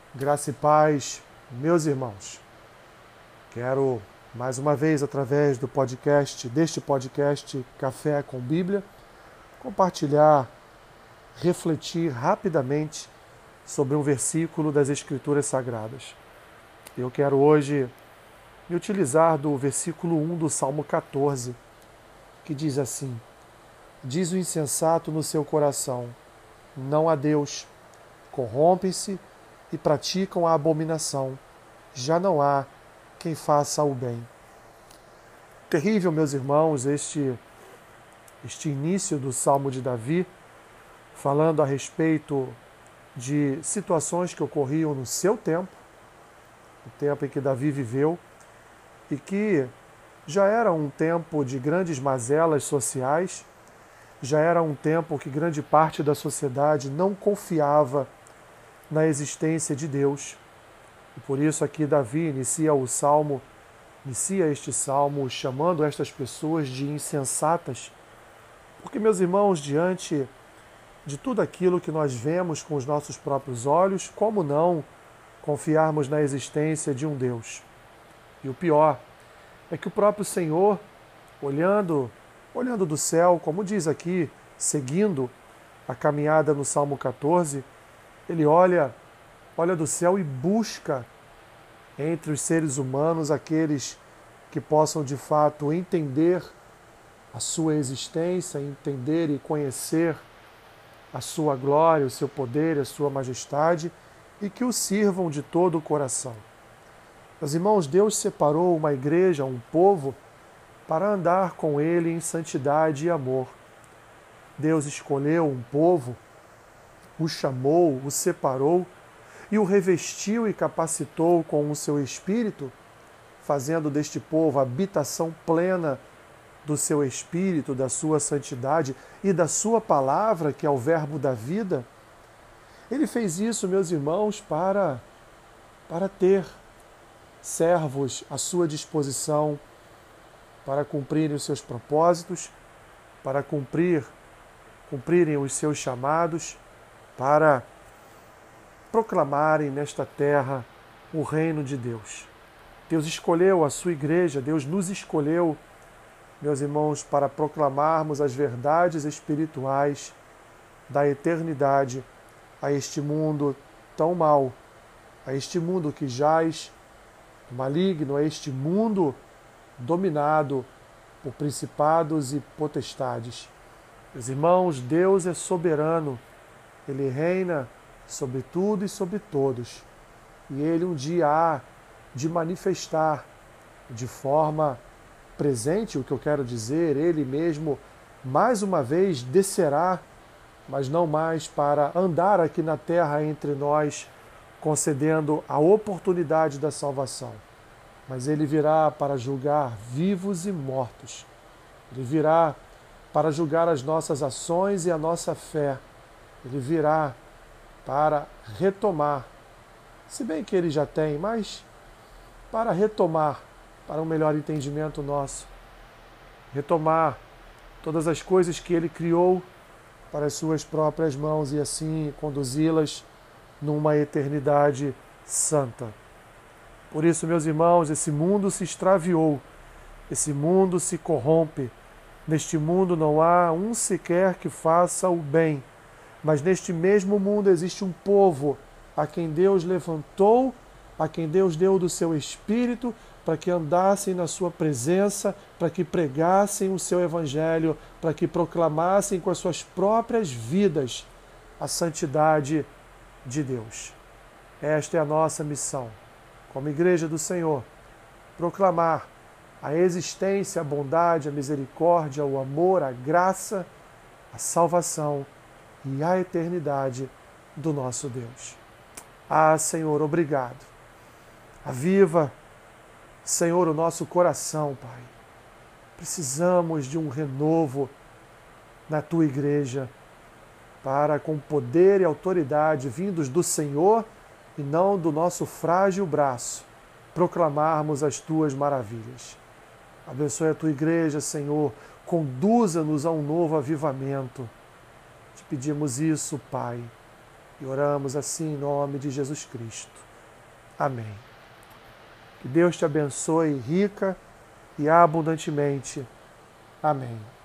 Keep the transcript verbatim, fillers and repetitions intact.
Graça e paz, meus irmãos. Quero, mais uma vez, através do podcast, deste podcast Café com Bíblia, compartilhar, refletir rapidamente sobre um versículo das Escrituras Sagradas. Eu quero hoje me utilizar do versículo um do Salmo catorze, que diz assim: Diz o insensato no seu coração, não há Deus, corrompem-se e praticam a abominação, já não há quem faça o bem. Terrível, meus irmãos, este, este início do Salmo de Davi, falando a respeito de situações que ocorriam no seu tempo, o tempo em que Davi viveu, e que já era um tempo de grandes mazelas sociais, já era um tempo que grande parte da sociedade não confiava na existência de Deus. E por isso aqui Davi inicia o salmo, inicia este salmo chamando estas pessoas de insensatas, porque, meus irmãos, diante de tudo aquilo que nós vemos com os nossos próprios olhos, como não confiarmos na existência de um Deus? E o pior é que o próprio Senhor, olhando, olhando do céu, como diz aqui, seguindo a caminhada no Salmo catorze, ele olha, olha do céu e busca entre os seres humanos aqueles que possam de fato entender a sua existência, entender e conhecer a sua glória, o seu poder, a sua majestade e que o sirvam de todo o coração. Meus irmãos, Deus separou uma igreja, um povo, para andar com ele em santidade e amor. Deus escolheu um povo, o chamou, o separou e o revestiu e capacitou com o seu Espírito, fazendo deste povo a habitação plena do seu Espírito, da sua santidade e da sua palavra, que é o verbo da vida. Ele fez isso, meus irmãos, para, para ter servos à sua disposição, para cumprirem os seus propósitos, para cumprir, cumprirem os seus chamados, para proclamarem nesta terra o reino de Deus. Deus escolheu a sua igreja, Deus nos escolheu, meus irmãos, para proclamarmos as verdades espirituais da eternidade a este mundo tão mau, a este mundo que jaz maligno, a este mundo dominado por principados e potestades. Meus irmãos, Deus é soberano, Ele reina sobre tudo e sobre todos. E Ele um dia há de manifestar de forma presente, o que eu quero dizer, Ele mesmo mais uma vez descerá, mas não mais para andar aqui na terra entre nós, concedendo a oportunidade da salvação. Mas Ele virá para julgar vivos e mortos. Ele virá para julgar as nossas ações e a nossa fé. Ele virá para retomar, se bem que Ele já tem, mas para retomar, para um melhor entendimento nosso, retomar todas as coisas que Ele criou para as suas próprias mãos e assim conduzi-las numa eternidade santa. Por isso, meus irmãos, esse mundo se extraviou, esse mundo se corrompe. Neste mundo não há um sequer que faça o bem, mas neste mesmo mundo existe um povo a quem Deus levantou, a quem Deus deu do seu Espírito, para que andassem na sua presença, para que pregassem o seu Evangelho, para que proclamassem com as suas próprias vidas a santidade de Deus. Esta é a nossa missão, como Igreja do Senhor, proclamar a existência, a bondade, a misericórdia, o amor, a graça, a salvação e a eternidade do nosso Deus. Ah, Senhor, obrigado. Aviva, Senhor, o nosso coração, Pai. Precisamos de um renovo na Tua Igreja, para, com poder e autoridade vindos do Senhor e não do nosso frágil braço, proclamarmos as Tuas maravilhas. Abençoe a Tua Igreja, Senhor, conduza-nos a um novo avivamento. Te pedimos isso, Pai, E oramos assim em nome de Jesus Cristo. Amém. Que Deus te abençoe rica e abundantemente. Amém.